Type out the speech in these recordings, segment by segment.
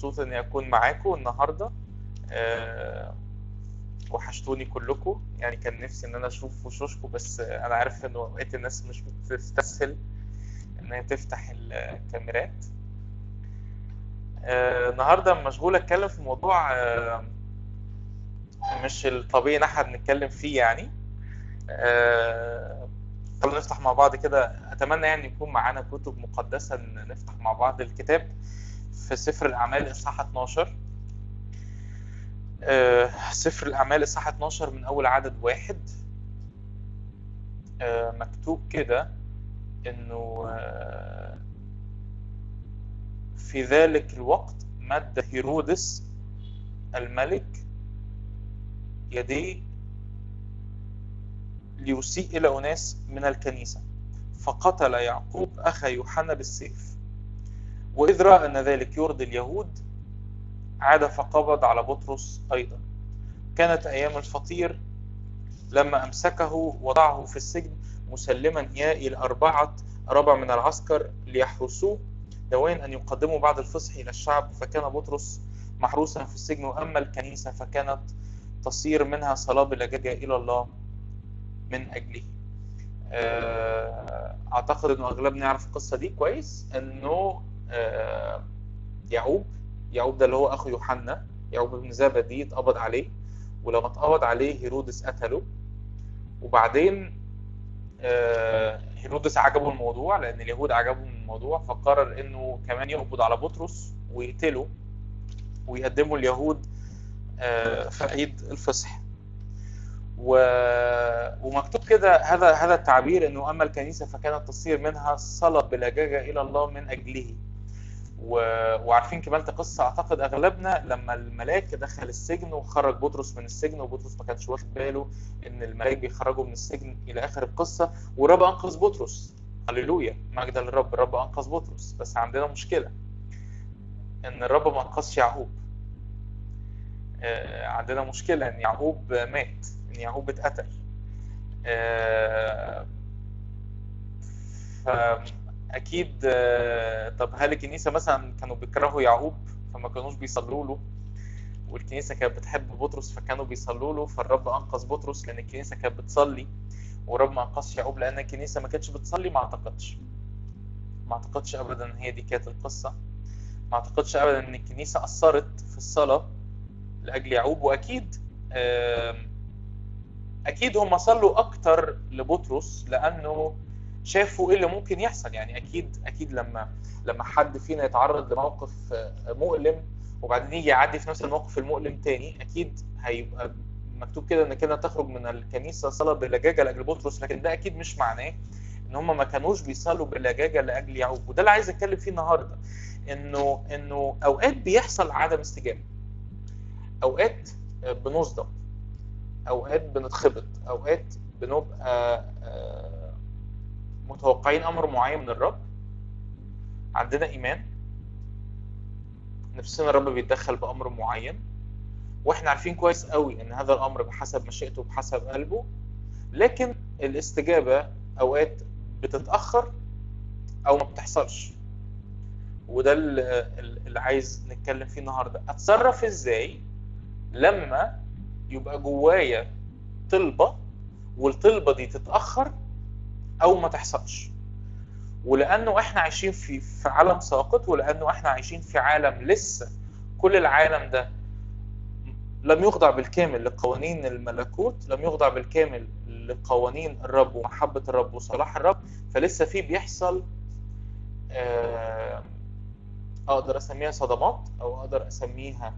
مبسوط اني اكون معاكم النهارده. وحشتوني كلكم، يعني كان نفسي ان انا اشوف وشوشكم، بس انا عارف ان اوقات الناس مش بتستسهل ان هي تفتح الكاميرات. النهارده مشغول اتكلم في موضوع مش الطبيعي ان احنا بنتكلم فيه يعني. خلونا نفتح مع بعض كده. اتمنى يعني يكون معانا كتب مقدسة نفتح مع بعض الكتاب في سفر الاعمال اصحاح 12. سفر الاعمال اصحاح 12 من اول عدد 1. مكتوب كده انه في ذلك الوقت مد هيرودس الملك يديه ليسيء إلى أناس من الكنيسة، فقتل يعقوب أخا يوحنا بالسيف. وإذ رأى أن ذلك يرضي اليهود عاد فقبض على بطرس أيضا. كانت أيام الفطير لما أمسكه وضعه في السجن، مسلما إياه إلى 4 ربع من العسكر ليحرسوه، ناويين أن يقدموا بعد الفصح إلى الشعب. فكان بطرس محروسا في السجن، وأما الكنيسة فكانت تصير منها صلاة بلجاجة إلى الله من أجله. أعتقد أنه أغلبنا يعرف القصة دي كويس، أنه يعقوب ده اللي هو أخو يوحنا، يعقوب بن زبدي، اتقبض عليه. ولما اتقبض عليه هيرودس قتله. وبعدين هيرودس عجبه الموضوع، لأن اليهود عجبهم الموضوع، فقرر أنه كمان يقبض على بطرس ويقتله ويقدمه اليهود في عيد الفصح. ومكتوب كده هذا التعبير، انه اما الكنيسه فكانت تصير منها صلاه بلجاجه الى الله من اجله. وعارفين كمالة القصه اعتقد اغلبنا، لما الملاك دخل السجن وخرج بطرس من السجن، وبطرس ما كانش واخد باله ان الملاك بيخرجه من السجن الى اخر القصه، والرب انقذ بطرس. هللويا، مجد للرب. الرب انقذ بطرس، بس عندنا مشكله ان الرب ما انقذش يعقوب. عندنا مشكله ان يعقوب مات، ان يعقوب اتقتل. فأكيد. طب هل الكنيسة مثلا كانوا بيكرهوا يعقوب فما كانوش بيصلوا له، والكنيسة كانت بتحب بطرس فكانوا بيصلوا له، فالرب أنقذ بطرس لأن الكنيسة كانت بتصلي، والرب ما أنقذش يعقوب لأن الكنيسة ما كانتش بتصلي؟ ما أعتقدش أبدا إن هي دي كانت القصة. ما أعتقدش أبدا إن الكنيسة أثرت في الصلاة لأجل يعقوب. وأكيد أكيد هم صلوا أكتر لبطرس لأنه شافوا ايه اللي ممكن يحصل. يعني اكيد لما حد فينا يتعرض لموقف مؤلم وبعدين يجي يعدي في نفس الموقف المؤلم تاني، اكيد هيبقى مكتوب كده ان كده تخرج من الكنيسه صلاه بلجاجه لاجل بطرس. لكن ده اكيد مش معناه ان هم ما كانوش بيصلوا بلجاجه لاجل يعقوب. وده اللي عايز اتكلم فيه النهارده، انه اوقات بيحصل عدم استجابه، اوقات بنصدم، اوقات بنتخبط، اوقات بنبقى متوقعين امر معين من الرب، عندنا ايمان، نفسنا الرب بيتدخل بامر معين، واحنا عارفين كويس قوي ان هذا الامر بحسب مشيئته وبحسب قلبه، لكن الاستجابه اوقات بتتاخر او ما بتحصلش. وده اللي عايز نتكلم فيه النهارده. اتصرف ازاي لما يبقى جوايا طلبه والطلبه دي تتاخر او ما تحصلش؟ ولانه احنا عايشين في عالم ساقط، ولانه احنا عايشين في عالم لسه كل العالم ده لم يخضع بالكامل لقوانين الملكوت، لم يخضع بالكامل لقوانين الرب ومحبة الرب وصلاح الرب، فلسه في بيحصل اقدر اسميها صدمات، او اقدر اسميها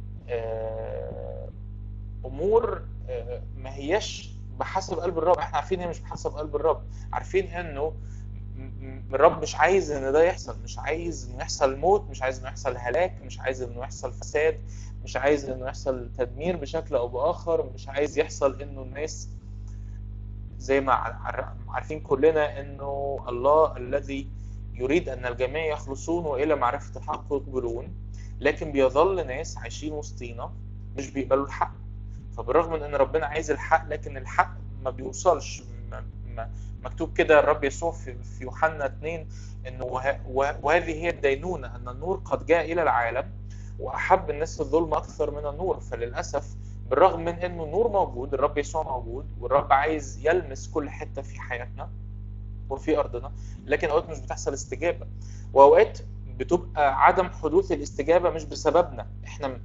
امور ما هياش بحسب قلب الرب. احنا عارفين هي مش بحسب قلب الرب، عارفين انه الرب مش عايز ان ده يحصل، مش عايز انه يحصل موت، مش عايز انه يحصل هلاك، مش عايز انه يحصل فساد، مش عايز انه يحصل تدمير بشكل او باخر، مش عايز يحصل انه الناس زي ما عارفين كلنا انه الله الذي يريد ان الجميع يخلصون والى معرفة الحق يقبلون، لكن بيظل ناس عايشين وسطينا مش بيقبلوا الحق. فبالرغم من ان ربنا عايز الحق، لكن الحق ما بيوصلش. مكتوب كده الرب يسوع في يوحنا 2 انه وهذه هي الدينونة، ان النور قد جاء الى العالم واحب الناس الظلم اكثر من النور. فللاسف بالرغم من انه النور موجود، الرب يسوع موجود، والرب عايز يلمس كل حته في حياتنا وفي ارضنا، لكن اوقات مش بتحصل استجابه، واوقات بتبقى عدم حدوث الاستجابه مش بسببنا، احنا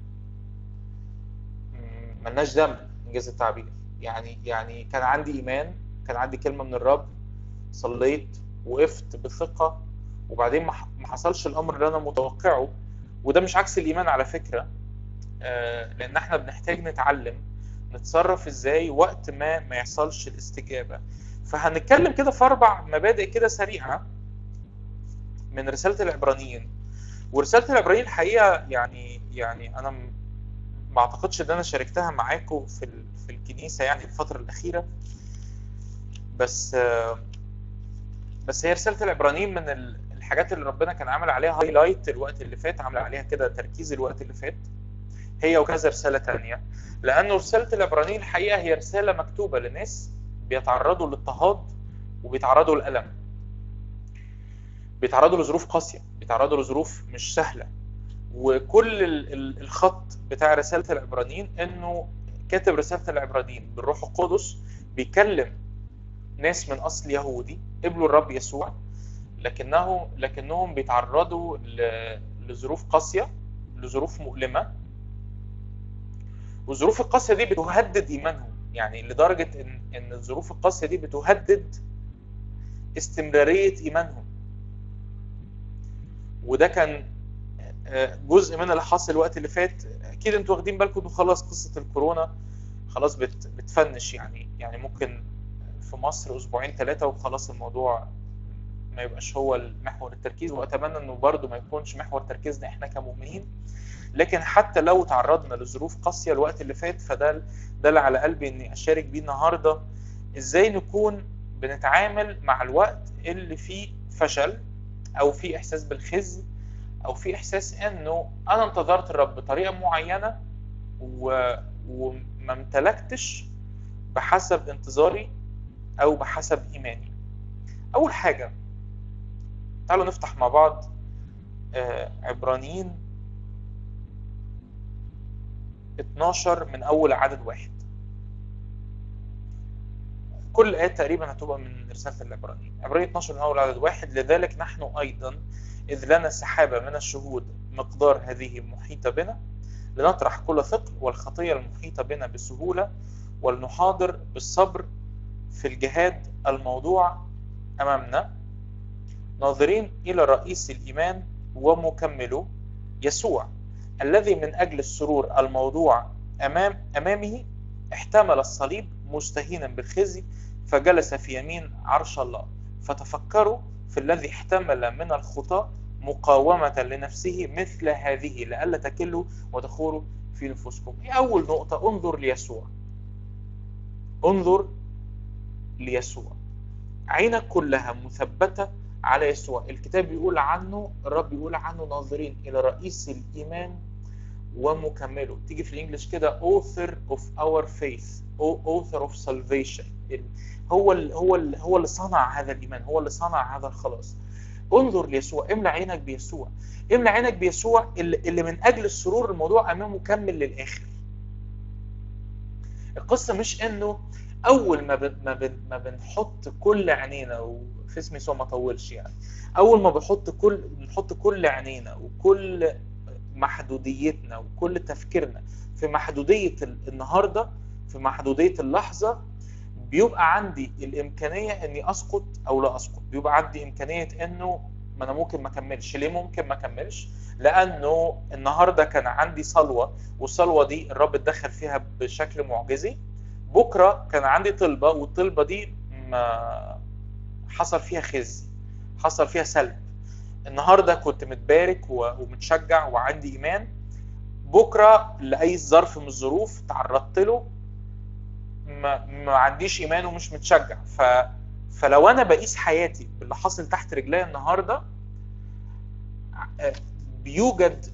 ملناش ذنب انجاز التعبير. يعني كان عندي ايمان، كان عندي كلمه من الرب، صليت، وقفت بثقه، وبعدين ما حصلش الامر اللي انا متوقعه. وده مش عكس الايمان على فكره، لان احنا بنحتاج نتعلم نتصرف ازاي وقت ما يحصلش الاستجابه. فهنتكلم كده في 4 مبادئ كده سريعه من رساله العبرانيين. ورساله العبرانيين الحقيقه يعني انا ما اعتقدش ان انا شاركتها معاكم في الكنيسه يعني الفتره الاخيره، بس هي رساله العبرانيين من الحاجات اللي ربنا كان عامل عليها هايلايت الوقت اللي فات، عامل عليها كده تركيز الوقت اللي فات، هي وكذا رساله تانية. لانه رساله العبرانيين الحقيقه هي رساله مكتوبه لناس بيتعرضوا للاضطهاد وبيتعرضوا للالم، بيتعرضوا لظروف قاسيه، بيتعرضوا لظروف مش سهله. وكل الخط بتاع رساله العبرانيين انه كاتب رساله العبرانيين بالروح القدس بيكلم ناس من اصل يهودي قبلوا الرب يسوع، لكنهم بيتعرضوا لظروف قاسيه، لظروف مؤلمه، والظروف القاسيه دي بتهدد ايمانهم، يعني لدرجه ان الظروف القاسيه دي بتهدد استمراريه ايمانهم. وده كان جزء من اللي حصل الوقت اللي فات. اكيد انتوا واخدين بالكم انه خلاص قصه الكورونا خلاص بتفنش، يعني ممكن في مصر 2-3 وخلاص الموضوع ما يبقاش هو محور التركيز، واتمنى انه برضو ما يكونش محور تركيزنا احنا كمؤمنين. لكن حتى لو تعرضنا لظروف قاسيه الوقت اللي فات، فده اللي على قلبي اني اشارك بيه النهارده، ازاي نكون بنتعامل مع الوقت اللي فيه فشل او فيه احساس بالخزي او فيه احساس انه انا انتظرت الرب بطريقه معينه وما امتلكتش بحسب انتظاري او بحسب ايماني. اول حاجه تعالوا نفتح مع بعض عبرانيين 12 من اول عدد 1. كل الآيات تقريبا هتبقى من رسالة العبرانيين. عبرانيين 12 من اول عدد 1: لذلك نحن ايضا اذ لنا سحابة من الشهود مقدار هذه محيطة بنا، لنطرح كل ثقل والخطية المحيطة بنا بسهولة، ولنحاضر بالصبر في الجهاد الموضوع امامنا، ناظرين الى رئيس الايمان ومكمله يسوع، الذي من اجل السرور الموضوع امامه احتمل الصليب مستهينا بالخزي، فجلس في يمين عرش الله. فتفكروا في الذي احتمل من الخطاة مقاومة لنفسه مثل هذه، لئلا تكلوا وتخوروا في نفوسكم. هي أول نقطة، انظر ليسوع. انظر ليسوع، عينك كلها مثبتة على يسوع. الكتاب بيقول عنه، الرب بيقول عنه ناظرين إلى رئيس الإيمان ومكمله. تيجي في الإنجليش كده author of our faith، author of salvation. هو اللي صنع هذا الإيمان، هو اللي صنع هذا الخلاص. انظر ليسوع، املى عينك بيسوع، املى عينك بيسوع اللي من أجل السرور الموضوع أمامه كمل للآخر. القصة مش إنه أول ما بنحط كل عينينا، وفي اسم يسوع ما طولش يعني، أول ما بنحط كل عينينا وكل محدوديتنا وكل تفكيرنا في محدودية النهاردة، في محدودية اللحظة، بيبقى عندي الإمكانية إني أسقط أو لا أسقط. بيبقى عندي إمكانية إنه ما أنا ممكن ما أكملش. ليه ممكن ما أكملش؟ لأنه النهاردة كان عندي صلوة، والصلوة دي الرب اتدخل فيها بشكل معجزي. بكرة كان عندي طلبة، والطلبة دي ما حصل فيها خزي، حصل فيها سلب. النهاردة كنت متبارك ومتشجع وعندي إيمان، بكرة لأي ظرف من الظروف تعرضت له ما عنديش إيمان ومش متشجع. فلو أنا بقيس حياتي باللي حصل تحت رجلي النهاردة، بيوجد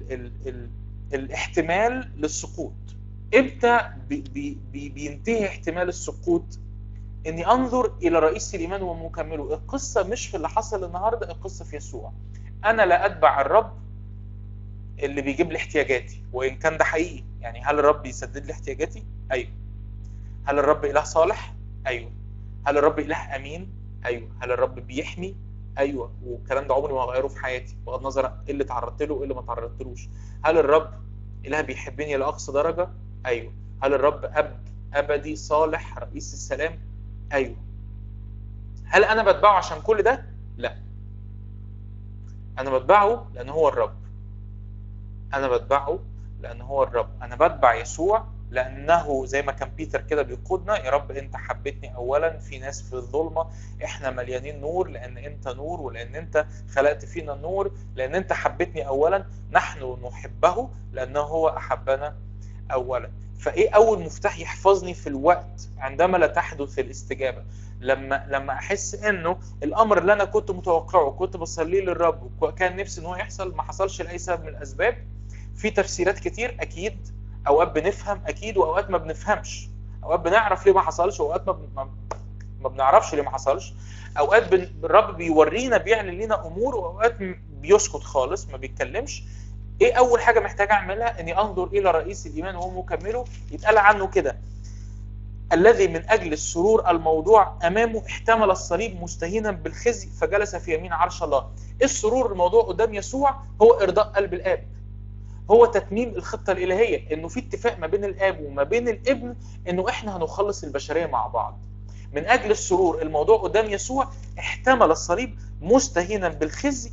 الاحتمال للسقوط. امتى بينتهي احتمال السقوط؟ اني انظر الى رئيس الايمان ومكمله. القصه مش في اللي حصل النهارده، القصه في يسوع. انا لا اتبع الرب اللي بيجيب لي احتياجاتي، وان كان ده حقيقي. يعني هل الرب يسدد لي احتياجاتي؟ ايوه. هل الرب اله صالح؟ ايوه. هل الرب اله امين؟ ايوه. هل الرب بيحمي؟ ايوه. والكلام ده عمري ما هغيره في حياتي بغض النظر ايه اللي تعرضت له وايه اللي ما تعرضتلوش. هل الرب اله بيحبني لاقصى درجه؟ ايوه. هل الرب اب ابدي صالح رئيس السلام؟ ايوه. هل انا بتبعه عشان كل ده؟ لا. انا بتبعه لان هو الرب. انا بتبعه لان هو الرب. انا بتبع يسوع لانه زي ما كان بيتر كده بيقودنا: يا رب انت حبيتني اولا في ناس في الظلمه، احنا مليانين نور لان انت نور، ولان انت خلقت فينا النور، لان انت حبيتني اولا. نحن نحبه لانه هو احبنا اولا. فايه اول مفتاح يحفظني في الوقت عندما لا تحدث الاستجابه؟ لما احس انه الامر اللي انا كنت متوقعه وكنت بصليه للرب وكان نفسي ان هو يحصل ما حصلش لاي سبب من الاسباب. في تفسيرات كتير اكيد، اوقات بنفهم اكيد واوقات ما بنفهمش، اوقات بنعرف ليه ما حصلش واوقات ما بنعرفش ليه ما حصلش. اوقات الرب بيورينا بيعلن لنا امور، واوقات بيسكت خالص ما بيتكلمش. ايه اول حاجه محتاج اعملها؟ اني انظر الى رئيس الايمان وهو مكمله. يتقال عنه كده: الذي من اجل السرور الموضوع امامه احتمل الصليب مستهينا بالخزي فجلس في يمين عرش الله. السرور الموضوع قدام يسوع هو ارضاء قلب الاب، هو تتميم الخطه الالهيه، انه في اتفاق ما بين الاب وما بين الابن انه احنا هنخلص البشريه مع بعض. من اجل السرور الموضوع قدام يسوع احتمل الصليب مستهينا بالخزي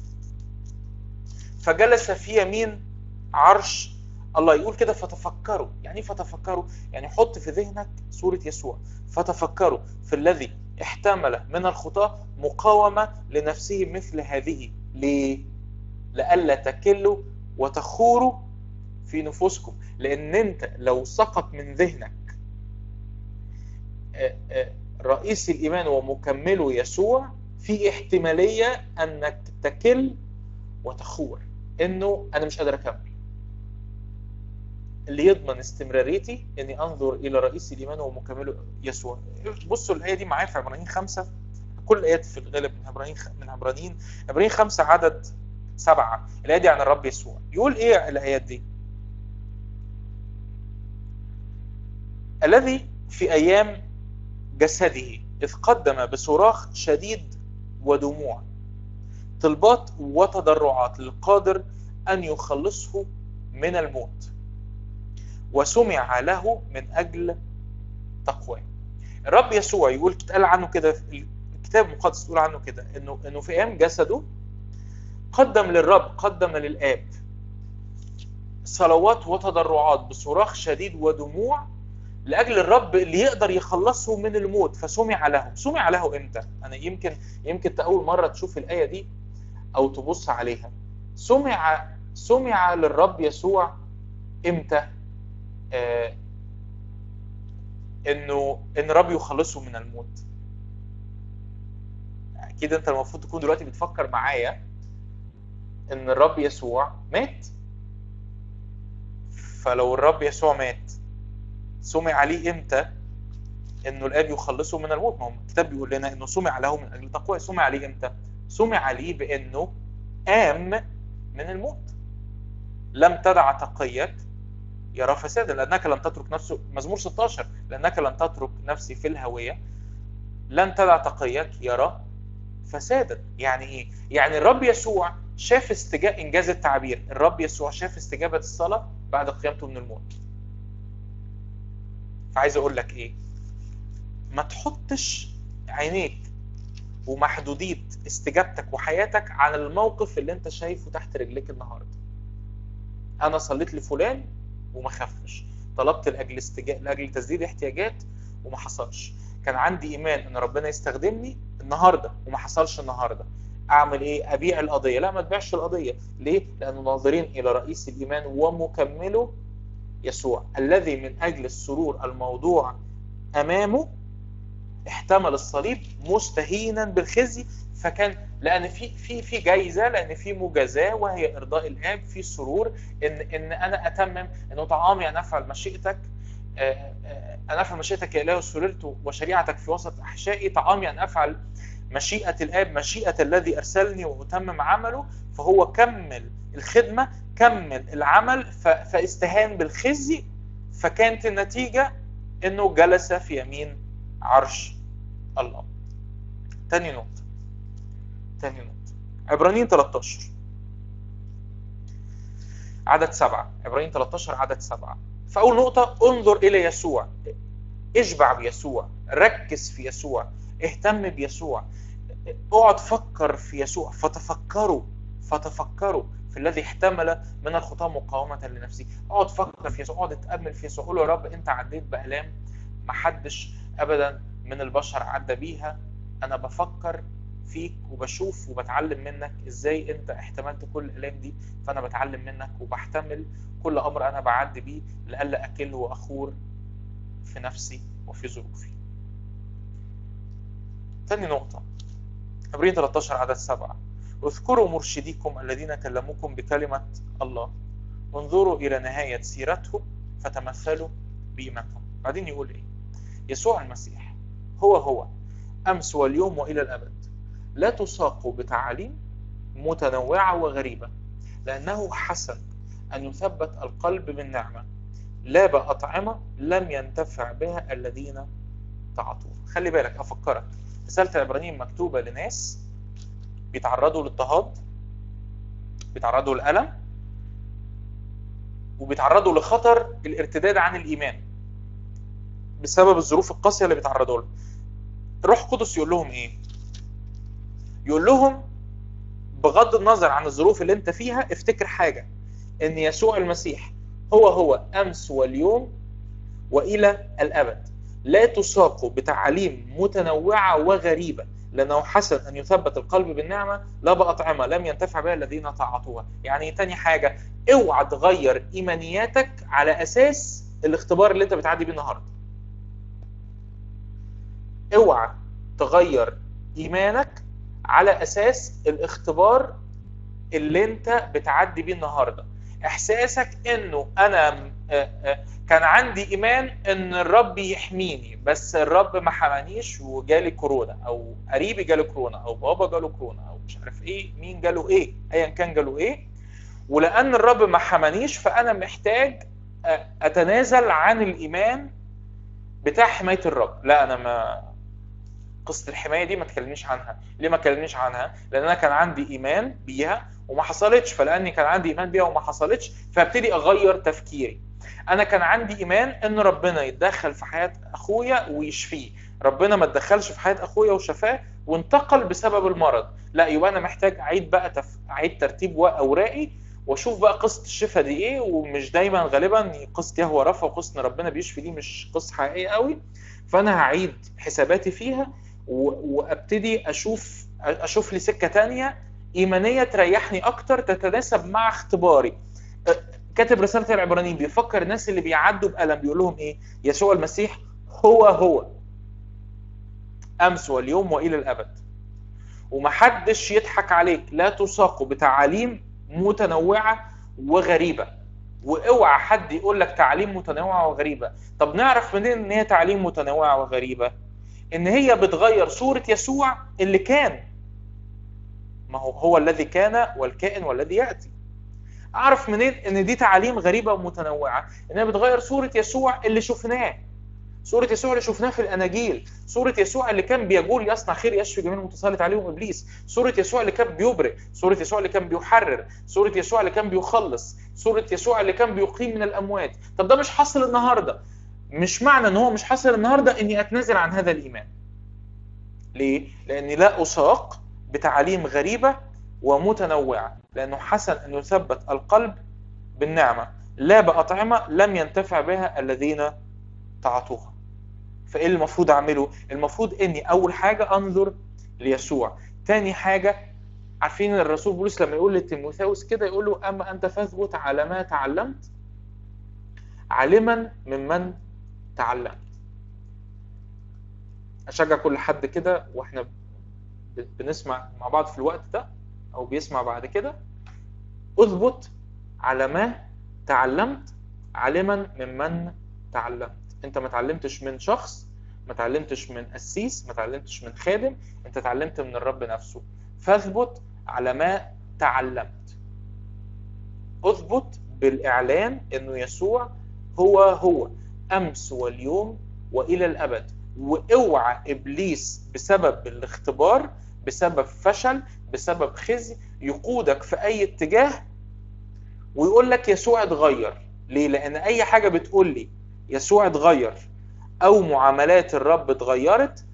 فجلس في يمين عرش الله. يقول كده: فتفكروا. يعني ايه فتفكروا؟ يعني حط في ذهنك صورة يسوع. فتفكروا في الذي احتمل من الخطاة مقاومة لنفسه مثل هذه. ليه؟ لئلا تكلوا وتخوروا في نفوسكم. لان انت لو سقط من ذهنك رئيس الايمان ومكمله يسوع، في احتمالية انك تكل وتخور، انه انا مش قادر اكمل. اللي يضمن استمراريتي اني انظر الى رئيس الايمان ومكمله يسوع. بصوا الايه دي معايا في عبرانيين 5. كل الايات في الغالب من عبرانيين 5 عدد 7. الايه دي عن الرب يسوع. يقول ايه الايات دي؟ الذي في ايام جسده اذ قدم بصراخ شديد ودموع طلبات وتضرعات للقادر ان يخلصه من الموت، وسمع له من اجل تقواه. الرب يسوع يقول، اتقال عنه كده، الكتاب المقدس يقول عنه كده، انه في ايام جسده قدم للرب، قدم للاب صلوات وتضرعات بصراخ شديد ودموع لاجل الرب اللي يقدر يخلصه من الموت، فسمع له. سمع له امتى؟ انا يمكن اول مره تشوف الايه دي او تبص عليها. سمع للرب يسوع امتى؟ ان الرب يخلصه من الموت. اكيد انت المفروض تكون دلوقتي بتفكر معايا ان الرب يسوع مات. فلو الرب يسوع مات سمع عليه امتى انه الاب يخلصه من الموت؟ ما هو الكتاب بيقول لنا انه سمع له من اجل تقواه. سمع عليه امتى؟ سمع عليه بانه قام من الموت. لم تدع تقيك يرى فسادا لانك لن تترك نفسه. مزمور 16: لانك لن تترك نفسي في الهويه لن تدع تقيك يرى فسادا. يعني ايه؟ يعني الرب يسوع شاف انجاز التعبير، الرب يسوع شاف استجابه الصلاه بعد قيامته من الموت. فعايز اقول لك ايه؟ ما تحطش عينيك ومحدوديه استجابتك وحياتك على الموقف اللي انت شايفه تحت رجليك النهارده. انا صليت لفلان وما خفش، طلبت لاجل تسديد احتياجات وما حصلش، كان عندي ايمان ان ربنا يستخدمني النهارده وما حصلش النهارده. اعمل ايه؟ ابيع القضيه؟ لا، ما تبيعش القضيه. ليه؟ لانه ناظرين الى رئيس الايمان ومكمله يسوع، الذي من اجل السرور الموضوع امامه احتمل الصليب مستهينا بالخزي. فكان لان في جايزه، لان في مجازاه وهي ارضاء الاب، في سرور ان انا اتمم انه طعامي ان افعل مشيئتك، ان افعل مشيئتك يا اله سررت وشريعتك في وسط احشائي. طعامي ان افعل مشيئه الاب، مشيئه الذي ارسلني واتمم عمله. فهو كمل الخدمه كمل العمل فاستهان بالخزي، فكانت النتيجة انه جلس في يمين عرش الله. تاني نقطة عبرانيين 13 عدد 7. عبرانيين 13 عدد 7. فأول نقطة، انظر إلى يسوع، اشبع بيسوع، ركز في يسوع، اهتم بيسوع، اقعد فكر في يسوع، فتفكروا في الذي احتمل من الخطاة مقاومة لنفسه. اقعد فكر في يسوع، اقعد اتأمل في يسوع، قول يا رب انت عديت بآلام محدش ابدا من البشر عدى بيها، انا بفكر فيك وبشوف وبتعلم منك ازاي انت احتملت كل الآلام دي، فانا بتعلم منك وبحتمل كل امر انا بعدي بيه لألا اكل واخور في نفسي وفي ظروفي. ثاني نقطة عبرانيين 13 عدد 7. اذكروا مرشديكم الذين كلموكم بكلمة الله، وانظروا إلى نهاية سيرتهم فتمثلوا بإيمانهم. بعدين يقول إيه؟ يسوع المسيح هو أمس واليوم وإلى الأبد، لا تساقوا بتعاليم متنوعة وغريبة، لأنه حسن أن يثبت القلب بالنعمة، لا بأطعمة لم ينتفع بها الذين تعاطوها. خلي بالك، أفكرك، رسالة العبرانيين مكتوبة لناس بيتعرضوا للاضطهاد، بيتعرضوا للألم، وبيتعرضوا لخطر الارتداد عن الإيمان بسبب الظروف القاسية اللي بيتعرضوا لها. الروح القدس يقول لهم إيه؟ يقول لهم بغض النظر عن الظروف اللي انت فيها، افتكر حاجة، ان يسوع المسيح هو أمس واليوم وإلى الأبد، لا تساقوا بتعاليم متنوعة وغريبة، لأنه حسن أن يثبت القلب بالنعمة، لا بأطعمة لم ينتفع بها الذين تعاطوها. يعني تاني حاجة، اوعى تغير إيمانياتك على أساس الاختبار اللي انت بتعدي بيه النهاردة. اوعى تغير إيمانك على أساس الاختبار اللي انت بتعدي بيه النهاردة. احساسك انه انا كان عندي ايمان ان الرب يحميني، بس الرب ما حمانيش وجالي كورونا، او قريبي جاله كورونا، او بابا جاله كورونا، او مش عارف ايه، مين جاله ايه، ايا كان جاله ايه، ولان الرب ما حمانيش فانا محتاج اتنازل عن الايمان بتاع حماية الرب. لا، انا ما قصة الحماية دي ما تكلمنيش عنها. ليه ما تكلمنيش عنها؟ لان انا كان عندي ايمان بيها وما حصلتش، فلاني كان عندي ايمان بيها وما حصلتش فابتدي اغير تفكيري. انا كان عندي ايمان ان ربنا يتدخل في حياة اخويا ويشفيه، ربنا ما تدخلش في حياة اخويا وشفاه وانتقل بسبب المرض، لا، يبقى انا محتاج اعيد بقى اعيد ترتيب اوراقي واشوف بقى قصة الشفاء دي ايه. ومش دايما، غالبا قصة يهوه رفا وقصة ان ربنا بيشفي دي مش قصة حقيقية قوي، فانا هعيد حساباتي فيها وابتدي اشوف لي سكة تانية ايمانية تريحني اكتر تتناسب مع اختباري. كاتب رسالة العبرانيين بيفكر الناس اللي بيعدوا بألم، بيقول لهم ايه؟ يسوع المسيح هو امس واليوم والى الابد، ومحدش يضحك عليك، لا تساقوا بتعاليم متنوعة وغريبة. واوعى حد يقول لك تعاليم متنوعة وغريبة. طب نعرف منين ان هي تعاليم متنوعة وغريبة؟ ان هي بتغير صورة يسوع اللي كان، ما هو الذي كان والكائن والذي يأتي. اعرف منين ان دي تعاليم غريبة ومتنوعة؟ انها بتغير صورة يسوع اللي شفناه، صورة يسوع اللي شفناه في الاناجيل، صورة يسوع اللي كان بيقول يصنع خير يشفي جميع المتسلط عليهم ابليس، صورة يسوع اللي كان بيبرئ، صورة يسوع اللي كان بيحرر، صورة يسوع اللي كان بيخلص، صورة يسوع اللي كان بيقيم من الاموات. طب ده مش حاصل النهاردة. مش معنى ان هو مش حاصل النهاردة اني اتنازل عن هذا الايمان. ليه؟ لاني لا اساق بتعاليم غريبة ومتنوعة، لانه حسن ان يثبت القلب بالنعمة، لا بأطعمة لم ينتفع بها الذين تعاطوها. فايه المفروض اعمله؟ المفروض اني اول حاجة انظر ليسوع. تاني حاجة، عارفين الرسول بولس لما يقول لتيموثاوس كده يقول له اما انت فاثبت على ما تعلمت عالما ممن تعلمت. اشجع كل حد كده واحنا بنسمع مع بعض في الوقت ده او بيسمع بعد كده، اثبت على ما تعلمت عالما ممن تعلمت. انت ما تعلمتش من شخص، ما تعلمتش من قسيس، ما تعلمتش من خادم، انت تعلمت من الرب نفسه. فاثبت على ما تعلمت. اثبت بالاعلان انه يسوع هو امس واليوم والى الابد. واوعى ابليس بسبب الاختبار، بسبب فشل، بسبب خزي، يقودك في اي اتجاه ويقول لك يسوع اتغير. ليه؟ لان اي حاجه بتقول لي يسوع اتغير او معاملات الرب اتغيرت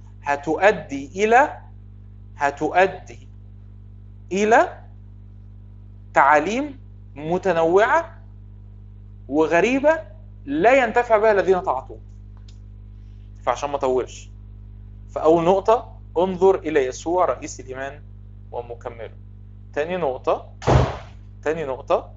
هتؤدي الى تعاليم متنوعه وغريبه لا ينتفع بها الذين تعاطوه. فعشان ما اطولش، فاول نقطه انظر الى يسوع رئيس الايمان ومكمله. تاني نقطه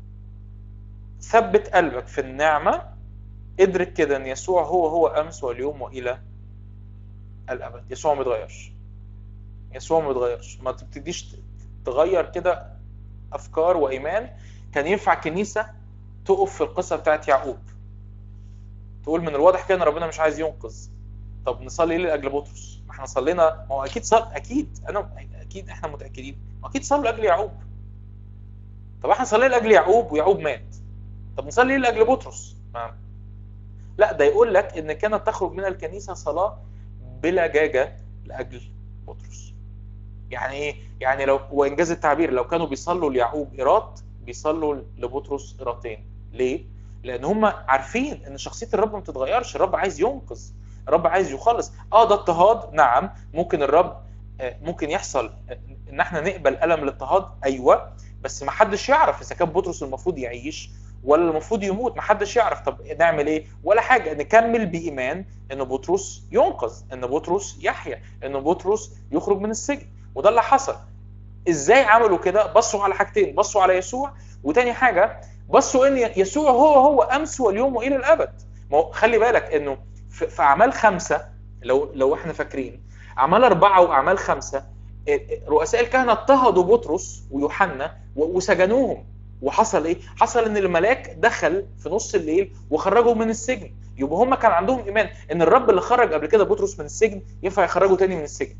ثبت قلبك في النعمه. ادرك كده ان يسوع هو امس واليوم والى الابد. يسوع ما بيتغيرش. ما تبتديش تغير كده افكار وايمان. كان ينفع كنيسه تقف في القصه بتاعت يعقوب، تقول من الواضح كده ان ربنا مش عايز ينقذ. طب نصلي ليه لاجل بطرس؟ ما احنا صلينا، ما هو اكيد احنا متاكدين ما اكيد صلوا لاجل يعقوب. طب احنا صلينا لاجل يعقوب ويعقوب مات، طب نصلي ليه لاجل بطرس؟ لا، ده يقول لك ان كانت تخرج من الكنيسه صلاه بلجاجه لاجل بطرس. يعني ايه؟ يعني لو وانجاز التعبير لو كانوا بيصلوا ليعقوب قيراط بيصلوا لبطرس قيراطين. ليه؟ لان هم عارفين ان شخصيه الرب ما بتتغيرش. الرب عايز ينقذ، الرب عايز يخلص. ده اضطهاد، نعم. ممكن الرب ممكن يحصل ان احنا نقبل الم الاضطهاد، ايوه. بس ما حدش يعرف اذا كان بطرس المفروض يعيش ولا المفروض يموت. ما حدش يعرف. طب نعمل ايه؟ ولا حاجه، نكمل بايمان ان بطرس ينقذ، ان بطرس يحيى، ان بطرس يخرج من السجن. وده اللي حصل. ازاي عملوا كده؟ بصوا على حاجتين، بصوا على يسوع، وتاني حاجه بصوا ان يسوع هو امس واليوم والى الابد. ما هو خلي بالك انه في اعمال 5، لو احنا فاكرين اعمال 4 واعمال 5، رؤساء الكهنه اضطهدوا بطرس ويوحنا وسجنوهم. وحصل ايه؟ حصل ان الملاك دخل في نص الليل وخرجهم من السجن. يبقى هم كان عندهم ايمان ان الرب اللي خرج قبل كده بطرس من السجن ينفع يخرجه تاني من السجن.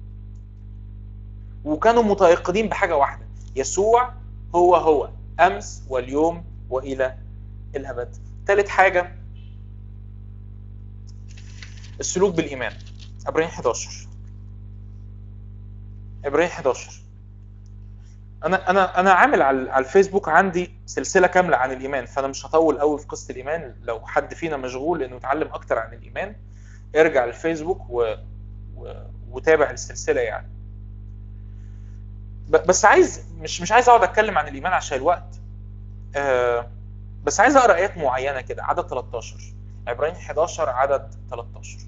وكانوا متيقنين بحاجه واحده، يسوع هو امس واليوم والى الابد. ثالث حاجه السلوك بالايمان. عبرانيين 11. انا عامل على الفيسبوك عندي سلسله كامله عن الايمان، فانا مش هطول قوي في قصه الايمان. لو حد فينا مشغول انه يتعلم اكتر عن الايمان ارجع للفيسبوك وتابع السلسله يعني. بس عايز مش عايز اقعد اتكلم عن الايمان عشان الوقت. بس عايز اقرا ايات معينه كده. عدد 13، عبرانيين 11 عدد 13.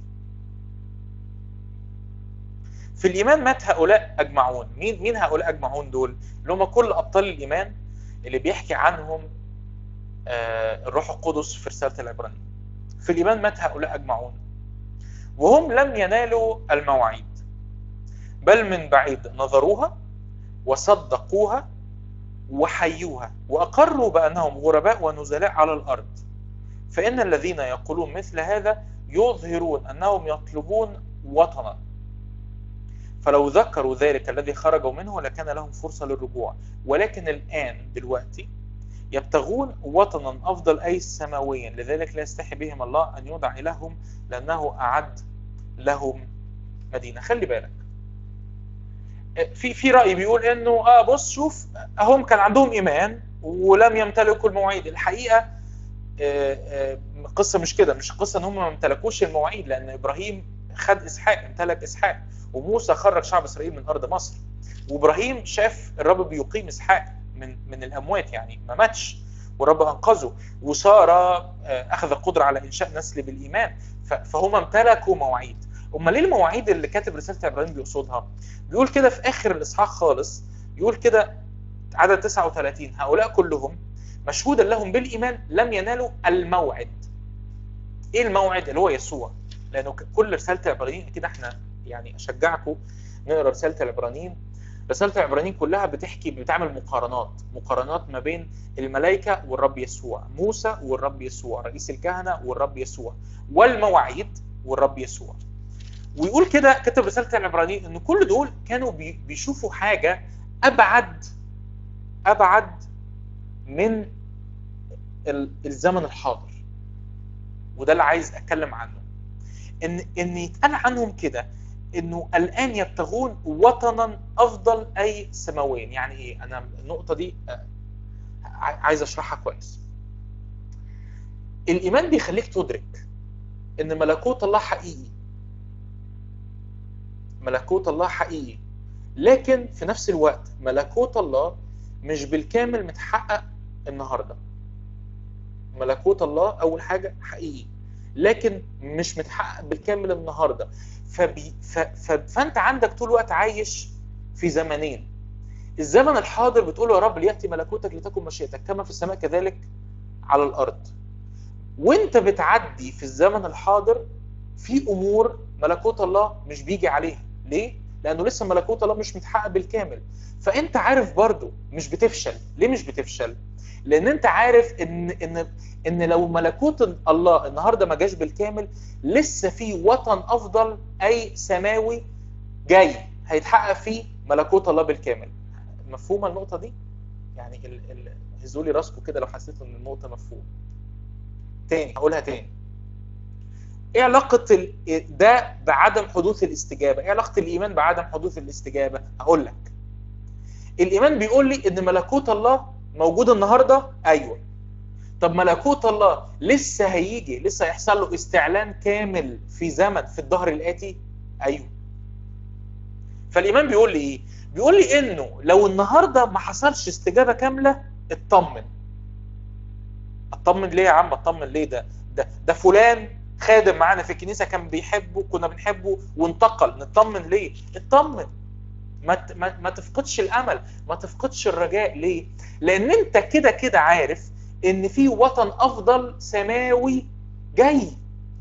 في الايمان مات هؤلاء اجمعون. مين هؤلاء اجمعون دول؟ اللي هم كل ابطال الايمان اللي بيحكي عنهم الروح القدس في رساله العبرانيين. في الايمان مات هؤلاء اجمعون وهم لم ينالوا المواعيد، بل من بعيد نظروها وصدقوها وحيوها وأقروا بأنهم غرباء ونزلاء على الأرض. فإن الذين يقولون مثل هذا يظهرون أنهم يطلبون وطنا، فلو ذكروا ذلك الذي خرجوا منه لكان لهم فرصة للرجوع. ولكن الآن دلوقتي يبتغون وطنا أفضل أي سماويا، لذلك لا يستحي بهم الله أن يودع إلههم لأنه أعد لهم مدينة. خلي بالك، في رأي بيقول انه بص شوف هم كان عندهم ايمان ولم يمتلكوا المواعيد. الحقيقة قصة مش كده. مش قصة ان هم ما امتلكوش المواعيد، لان ابراهيم خد اسحاق، امتلك اسحاق، وموسى خرج شعب اسرائيل من ارض مصر، وابراهيم شاف الرب بيقيم اسحاق من الاموات، يعني ما ماتش والرب انقذه، وسارة اخذ القدرة على انشاء نسل بالايمان. فهم امتلكوا مواعيد. امال ليه المواعيد اللي كاتب رسالة عبرانيين بيقصدها؟ بيقول كده في اخر الاصحاح خالص، يقول كده عدد 39 هؤلاء كلهم مشهودا لهم بالايمان لم ينالوا الموعد. ايه الموعد؟ اللي هو يسوع. لانه كل رسالة العبرانيين كده، احنا يعني اشجعكم نقرا رسالة العبرانيين. رسالة العبرانيين كلها بتعمل مقارنات ما بين الملائكة والرب يسوع، موسى والرب يسوع، رئيس الكهنة والرب يسوع، والمواعيد والرب يسوع. ويقول كده كتب رسالة العبرانيين ان كل دول كانوا بيشوفوا حاجة ابعد من الزمن الحاضر. وده اللي عايز اتكلم عنه، ان يتقال عنهم كده انه الان يبتغون وطنا افضل اي سماويا. يعني ايه؟ انا النقطه دي عايز اشرحها كويس. الايمان بيخليك تدرك ان ملكوت الله حقيقي، ملكوت الله حقيقي، لكن في نفس الوقت ملكوت الله مش بالكامل متحقق النهارده. ملكوت الله اول حاجه حقيقي لكن مش متحقق بالكامل النهارده. فانت عندك طول الوقت عايش في زمنين. الزمن الحاضر بتقول يا رب ليأتي ملكوتك لتكن مشيئتك كما في السماء كذلك على الارض. وانت بتعدي في الزمن الحاضر في امور ملكوت الله مش بيجي عليها. ليه؟ لانه لسه ملكوت الله مش متحقق بالكامل. فانت عارف برضو مش بتفشل. ليه مش بتفشل؟ لان انت عارف ان لو ملكوت الله النهارده ما جاش بالكامل، لسه في وطن افضل اي سماوي جاي هيتحقق فيه ملكوت الله بالكامل. مفهومه النقطه دي؟ يعني هزوا لي راسكم كده لو حسيتوا ان النقطه مفهومه. تاني هقولها تاني. ايه علاقه ده بعدم حدوث الاستجابه؟ ايه علاقه الايمان بعدم حدوث الاستجابه؟ هقول لك. الايمان بيقول لي ان ملكوت الله موجود النهارده. ايوه. طب ملكوت الله لسه هيجي، لسه هيحصل له استعلان كامل في زمن في الظهر الاتي. ايوه. فالايمان بيقول لي ايه؟ بيقول لي انه لو النهارده ما حصلش استجابه كامله اطمن. اطمن ليه يا عم؟ اطمن ليه؟ ده فلان خادم معانا في الكنيسه كان بيحبه، كنا بنحبه وانتقل. نطمن ليه؟ اطمن. ما تفقدش الامل، ما تفقدش الرجاء. ليه؟ لان انت كده كده عارف ان في وطن افضل سماوي جاي.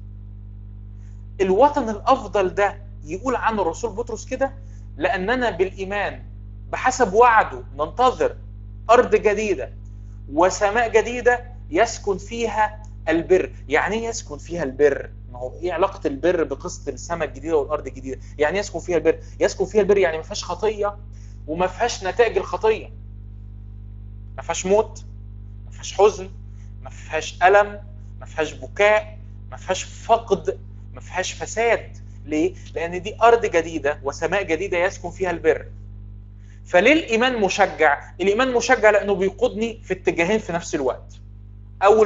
الوطن الافضل ده يقول عنه الرسول بطرس كده: لاننا بالايمان بحسب وعده ننتظر ارض جديده وسماء جديده يسكن فيها البر. يعني ايه يسكن فيها البر؟ ما هو ايه علاقه البر بقصه السماء الجديده والارض الجديده؟ يعني يسكن فيها البر، يسكن فيها البر يعني ما فيهاش خطيه وما فيهاش نتائج الخطيه. ما فيهاش موت، ما فيهاش حزن، ما فيهاش الم، ما فيهاش بكاء، ما فيهاش فقد، ما فيهاش فساد. ليه؟ لان دي ارض جديده وسماء جديده يسكن فيها البر. فليه الايمان مشجع؟ الايمان مشجع لانه بيقودني في اتجاهين في نفس الوقت. اول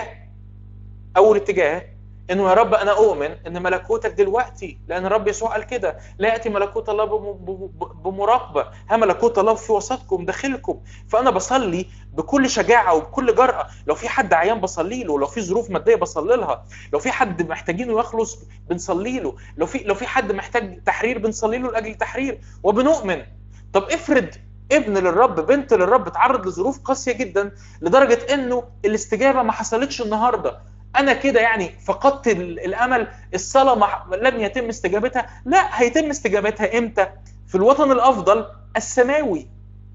اتجاه انه يا رب انا اؤمن ان ملكوتك دلوقتي، لان الرب يسوع قال كده: لا ياتي ملكوت الله بمراقبه، ها ملكوت الله في وسطكم داخلكم. فانا بصلي بكل شجاعه وبكل جرأه. لو في حد عيان بصلي له، لو في ظروف ماديه بصلي لها، لو في حد محتاجينه يخلص بنصلي له، لو في حد محتاج تحرير بنصلي له لاجل تحرير وبنؤمن. طب افرض ابن للرب، بنت للرب، تعرض لظروف قاسيه جدا لدرجه انه الاستجابه ما حصلتش النهارده. انا كده يعني فقدت الامل، الصلاه لم يتم استجابتها. لا، هيتم استجابتها امتى؟ في الوطن الافضل السماوي.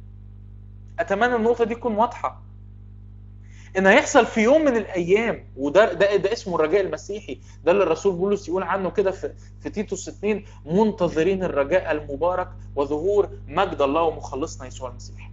اتمنى النقطه دي تكون واضحه، ان هيحصل في يوم من الايام. وده ده اسمه الرجاء المسيحي. ده اللي الرسول بولس يقول عنه كده في تيتوس 2: منتظرين الرجاء المبارك وظهور مجد الله ومخلصنا يسوع المسيح.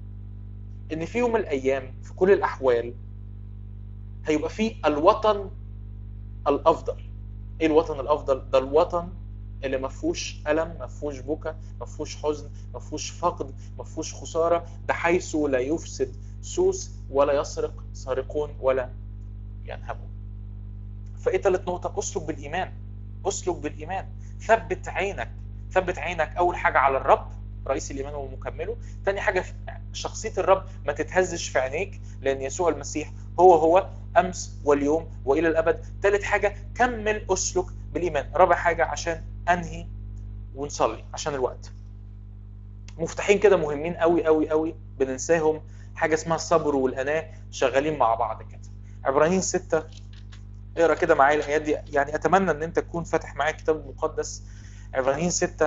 ان في يوم من الايام في كل الاحوال هيبقى في الوطن الافضل. ايه الوطن الافضل؟ ده الوطن اللي ما فيهوش الم، ما فيهوش بكا، ما فيهوش حزن، ما فيهوش فقد، ما فيهوش خساره. ده حيث لا يفسد سوس ولا يسرق سارقون ولا ينهبون. فايه ثالث نقطه؟ اسلك بالايمان. اسلك بالايمان. ثبت عينك. ثبت عينك اول حاجه على الرب رئيس الايمان ومكمله. ثاني حاجه شخصيه الرب ما تتهزش في عينيك، لان يسوع المسيح هو امس واليوم والى الابد. ثالث حاجه كمل اسلك بالايمان. رابع حاجه عشان انهي ونصلي عشان الوقت. مفتاحين كده مهمين قوي قوي قوي بننساهم، حاجه اسمها الصبر والاناه شغالين مع بعض كده. عبرانيين 6، اقرا كده معايا الايات دي. يعني اتمنى ان انت تكون فاتح معايا الكتاب المقدس. عبرانيين 6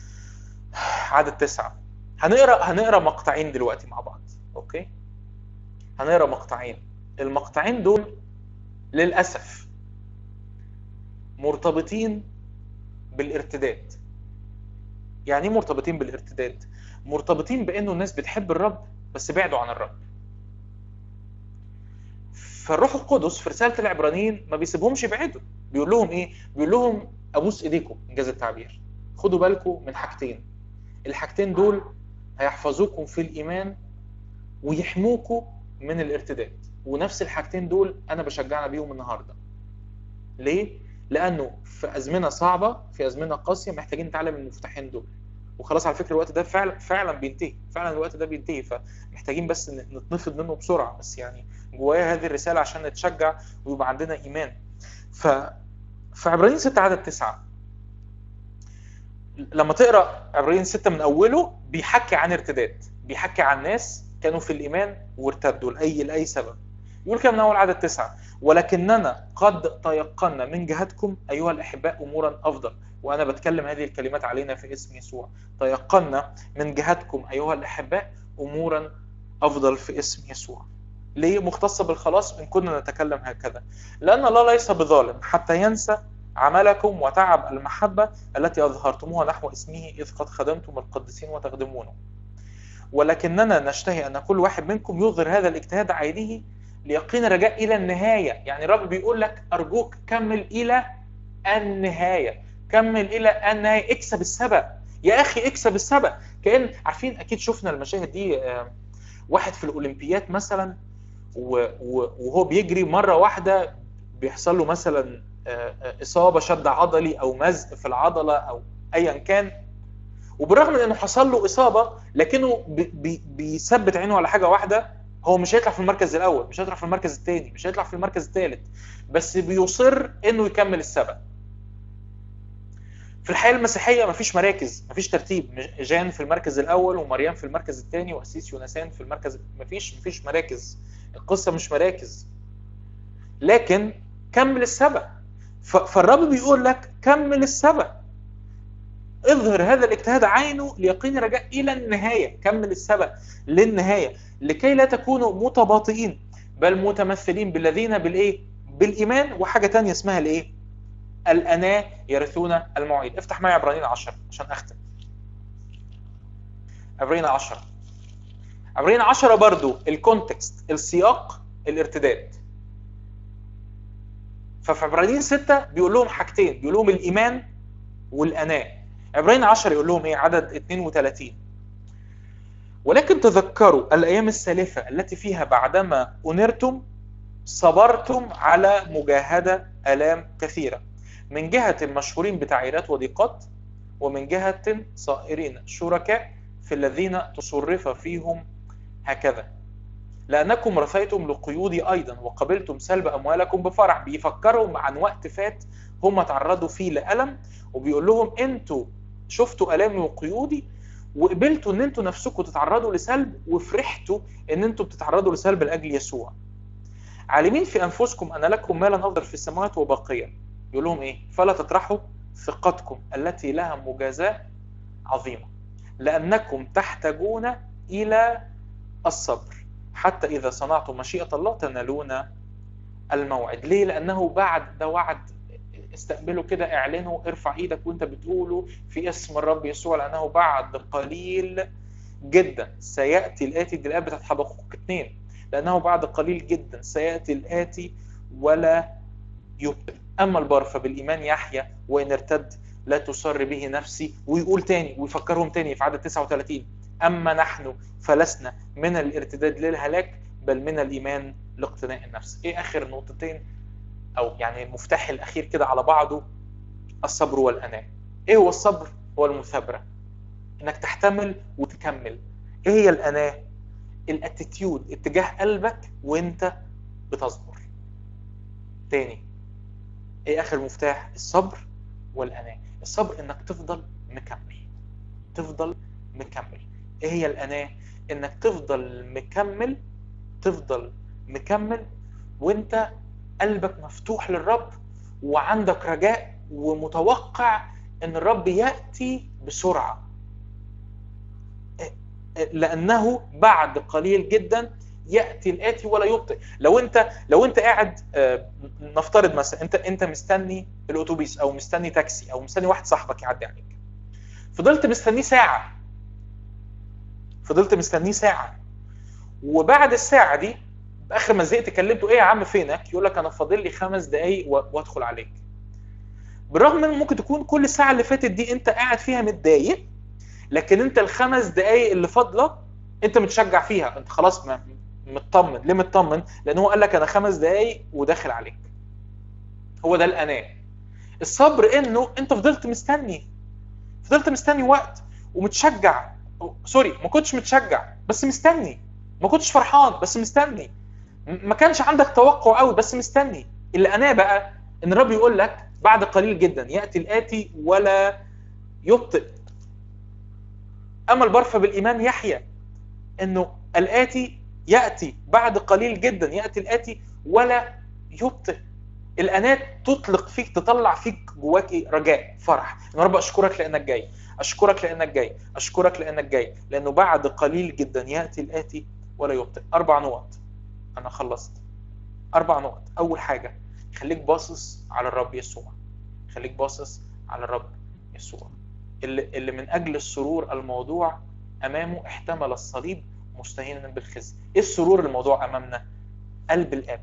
عدد 9. هنقرا مقطعين دلوقتي مع بعض. اوكي، هنقرا مقطعين. المقطعين دول للاسف مرتبطين بالارتداد. يعني ايه مرتبطين بالارتداد؟ مرتبطين بانه الناس بتحب الرب بس بعدوا عن الرب. فالروح القدس في رساله العبرانيين ما بيسيبهمش يبعدوا، بيقول لهم ايه؟ بيقول لهم ابوس ايديكم انجاز التعبير، خدوا بالكم من حاجتين، الحاجتين دول هيحفظوكم في الايمان ويحموكم من الارتداد. ونفس الحاجتين دول انا بشجعنا بيهم النهارده. ليه؟ لانه في ازمنه صعبه، في ازمنه قاسيه، محتاجين نتعلم المفتاحين دول. وخلاص على فكره الوقت ده فعلا بينتهي، فعلا الوقت ده بينتهي، فمحتاجين بس نتنفض منه بسرعه. بس يعني جوايا هذه الرساله عشان نتشجع ويبقى عندنا ايمان. في عبرانيين 6 عدد 9 لما تقرا عبرانيين 6 من اوله بيحكي عن ارتداد، بيحكي عن ناس كانوا في الايمان وارتدوا لاي سبب. يقول كده من اول عدد 9: ولكننا قد تيقنا من جهتكم ايها الاحباء امورا افضل. وانا بتكلم هذه الكلمات علينا في اسم يسوع. تيقنا من جهتكم ايها الاحباء امورا افضل في اسم يسوع. ليه مختصه بالخلاص ان كنا نتكلم هكذا؟ لان الله ليس بظالم حتى ينسى عملكم وتعب المحبة التي أظهرتموها نحو اسمه إذ قد خدمتم القديسين وتخدمونه. ولكننا نشتهي أن كل واحد منكم يظهر هذا الاجتهاد عينه ليقين رجاء إلى النهاية. يعني الرب بيقول لك أرجوك كمل إلى النهاية، كمل إلى النهاية، اكسب السبق يا أخي، اكسب السبق. كأن عارفين أكيد شفنا المشاهد دي، واحد في الأولمبيات مثلا وهو بيجري مرة واحدة بيحصل له مثلا إصابة شد عضلي أو مزق في العضلة أو أيا كان، وبالرغم من أنه حصل له إصابة لكنه بيثبت عينه على حاجة واحدة، هو مش هيطلع في المركز الأول، مش هيطلع في المركز الثاني، مش هيطلع في المركز الثالث، بس بيصر أنه يكمل السبق. في الحياة المسيحية مفيش مراكز، مفيش ترتيب، جان في المركز الأول ومريم في المركز الثاني وأسيس يونسان في المركز، مفيش مراكز، القصة مش مراكز، لكن كمل السبق. فالرب بيقول لك كمل السبق، اظهر هذا الاجتهاد عينه ليقين رجاء الى النهايه، كمل السبق للنهايه، لكي لا تكونوا متباطئين بل متمثلين بالذين بالايه؟ بالايمان. وحاجه ثانيه اسمها الايه؟ الاناه يرثون الموعد. افتح معي عبرانيين 10 عشان اختم. عبرانيين 10، عبرانيين 10 برضو الكونتكست، السياق، الارتداد. ففي عبرانيين 6 بيقول لهم حاجتين، بيقول لهم الايمان والاناه. عبرانيين 10 يقول لهم ايه؟ عدد 32: ولكن تذكروا الايام السالفه التي فيها بعدما انرتم صبرتم على مجاهده الام كثيره، من جهه المشهورين بتعييرات وضيقات، ومن جهه صائرين شركاء في الذين تصرف فيهم هكذا، لأنكم رثيتم لقيودي أيضا وقبلتم سلب أموالكم بفرح. بيفكروا عن وقت فات هم تعرضوا فيه لألم، وبيقول لهم أنتوا شفتوا ألامي وقيودي وقبلتوا أن أنتوا نفسكم تتعرضوا لسلب، وفرحتوا أن أنتوا بتتعرضوا لسلب لأجل يسوع، عالمين في أنفسكم أن لكم مالا أفضل في السماوات وباقيا. يقول لهم إيه؟ فلا تطرحوا ثقتكم التي لها مجازاة عظيمة، لأنكم تحتاجون إلى الصبر حتى إذا صنعتم مشيئة الله تنالون الموعد. ليه؟ لأنه بعد ده وعد، استقبلوا كده، اعلنوا، ارفع ايدك وانت بتقوله في اسم الرب يسوع، لأنه بعد قليل جدا سيأتي الآتي. دي الآية بتاعت حبقوق 2، لأنه بعد قليل جدا سيأتي الآتي ولا يبطئ، أما البار فبالإيمان يحيى وإن ارتد لا تسر به نفسي. ويقول تاني ويفكرهم تاني في عدد 39: أما نحن فلسنا من الارتداد للهلاك بل من الإيمان لاقتناء النفس. إيه آخر نقطتين أو يعني المفتاح الأخير كده على بعضه؟ الصبر والأناة. إيه هو الصبر؟ هو المثابرة، إنك تحتمل وتكمل. إيه هي الأناة؟ الاتيتيود، اتجاه قلبك وإنت بتصبر. تاني، إيه آخر مفتاح؟ الصبر والأناة. الصبر إنك تفضل مكمل، تفضل مكمل. ايه هي الاناه؟ انك تفضل مكمل، تفضل مكمل وانت قلبك مفتوح للرب وعندك رجاء ومتوقع ان الرب يأتي بسرعة، لانه بعد قليل جدا يأتي الآتي ولا يبطئ. لو انت قاعد، نفترض مثلا انت مستني الاتوبيس او مستني تاكسي او مستني واحد صاحبك يعدي عليك، فضلت مستنيه ساعة، وبعد الساعة دي باخر ما زهقت كلمته ايه يا عم فينك؟ يقول لك انا فاضل لي 5 دقايق وادخل عليك. بالرغم ان ممكن تكون كل الساعه اللي فاتت دي انت قاعد فيها متضايق، لكن انت ال5 دقايق اللي فاضله انت متشجع فيها، انت خلاص مطمن. ليه مطمن؟ لان هو قال لك انا 5 دقايق وداخل عليك. هو ده الاناة. الصبر انه انت فضلت مستني وقت ومتشجع. سوري، ما كنتش متشجع بس مستني، ما كنتش فرحان بس مستني، ما كانش عندك توقع قوي بس مستني. الاناة بقى ان الرب يقول لك بعد قليل جدا ياتي الاتي ولا يبطئ. اما البار فبالايمان يحيى، انه الاتي ياتي بعد قليل جدا، ياتي الاتي ولا يبطئ. الانات تطلق فيك، تطلع فيك جواك رجاء، فرح. يا رب اشكرك لانك جاي، اشكرك لانك جاي، اشكرك لانك جاي، لانه بعد قليل جدا ياتي الاتي ولا يبطئ. 4 نقط، انا خلصت. 4 نقط. اول حاجه، خليك باصص على الرب يسوع. خليك باصص على الرب يسوع اللي من اجل السرور الموضوع امامه احتمل الصليب مستهينا بالخزي. ايه السرور الموضوع امامنا؟ قلب الاب.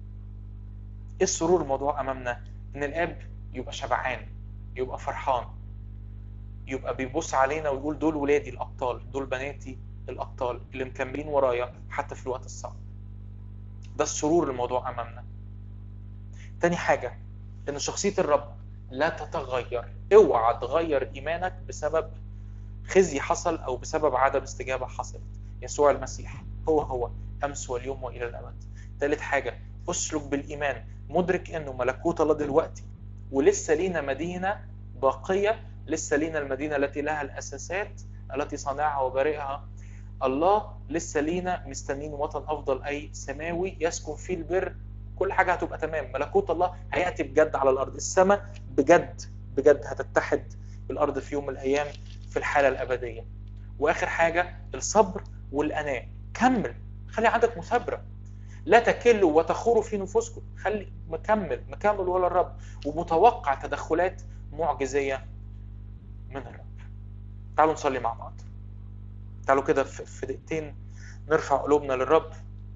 ايه السرور الموضوع امامنا؟ ان الاب يبقى شبعان، يبقى فرحان، يبقى بيبص علينا ويقول دول ولادي الابطال، دول بناتي الابطال اللي مكملين ورايا حتى في الوقت الصعب. ده السرور الموضوع امامنا. تاني حاجه، ان شخصيه الرب لا تتغير. اوعى تغير ايمانك بسبب خزي حصل او بسبب عدم استجابه حصلت. يسوع المسيح هو امس واليوم والى الابد. ثالث حاجه، اسلك بالايمان، مدرك انه ملكوت الله دلوقتي ولسه لينا مدينه باقيه، لسه لينا المدينه التي لها الاساسات التي صنعها وبارئها الله. لسه لينا مستنين وطن افضل اي سماوي يسكن فيه البر. كل حاجه هتبقى تمام. ملكوت الله هياتي بجد على الارض. السماء بجد بجد هتتحد بالارض في يوم من الايام في الحاله الابديه. واخر حاجه، الصبر والاناة. كمل، خلي عندك مثابره، لا تكلوا وتخوروا في نفوسكم. خلي مكمل ولا الرب، ومتوقع تدخلات معجزيه من الرب. تعالوا نصلي مع بعض. تعالوا كده في دقيقتين نرفع قلوبنا للرب.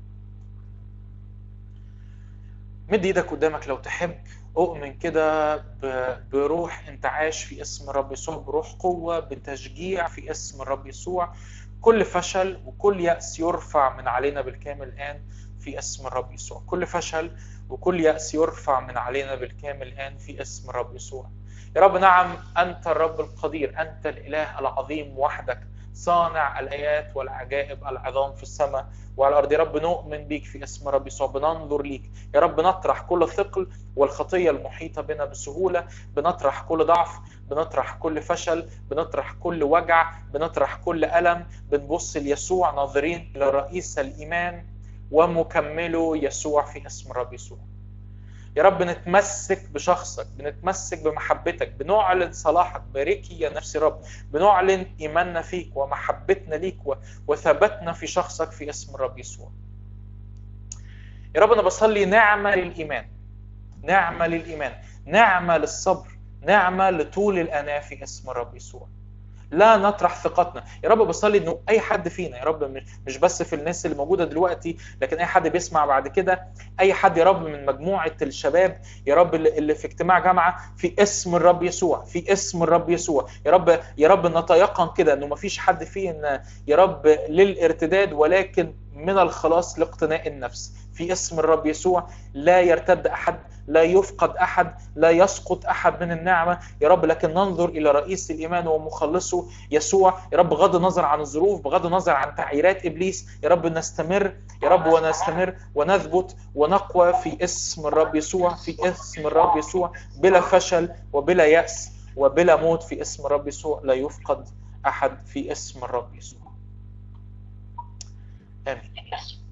مد ايدك قدامك لو تحب. اؤمن كده بروح انتعاش في اسم الرب يسوع، بروح قوة، بتشجيع في اسم الرب يسوع. كل فشل وكل يأس يرفع من علينا بالكامل الآن في اسم الرب يسوع. كل فشل وكل يأس يرفع من علينا بالكامل الآن في اسم الرب يسوع. يا رب نعم، أنت الرب القدير، أنت الإله العظيم وحدك، صانع الآيات والعجائب العظام في السماء وعلى الأرض. يا رب نؤمن بيك في اسم الرب يسوع، بننظر ليك يا رب، نطرح كل ثقل والخطية المحيطة بنا بسهولة، بنطرح كل ضعف، بنطرح كل فشل، بنطرح كل وجع، بنطرح كل ألم. بنبص ليسوع ناظرين إلى رئيس الإيمان ومكمله يسوع في اسم الرب يسوع. يا رب نتمسك بشخصك، بنتمسك بمحبتك، بنعلن صلاحك. باركي يا نفسي رب، بنعلن إيماننا فيك ومحبتنا ليك وثبتنا في شخصك في اسم الرب يسوع. يا رب أنا بصلي نعمة للإيمان، نعمة للإيمان، نعمة للصبر، نعمة لطول الأناة في اسم الرب يسوع. لا نطرح ثقتنا. يا رب بصلي انه اي حد فينا يا رب، مش بس في الناس اللي موجوده دلوقتي، لكن اي حد بيسمع بعد كده، اي حد يا رب من مجموعه الشباب يا رب اللي في اجتماع جامعه، في اسم الرب يسوع، في اسم الرب يسوع. يا رب نتيقن كده انه ما فيش حد فينا يا رب للارتداد، ولكن من الخلاص لاقتناء النفس في اسم الرب يسوع. لا يرتد احد، لا يفقد احد، لا يسقط احد من النعمه يا رب، لكن ننظر الى رئيس الايمان ومخلصه يسوع يا رب، بغض النظر عن الظروف، بغض النظر عن تعييرات ابليس يا رب. نستمر يا رب ونستمر ونثبت ونقوى في اسم الرب يسوع، في اسم الرب يسوع، بلا فشل وبلا يأس وبلا موت في اسم الرب يسوع. لا يفقد احد في اسم الرب يسوع. امين.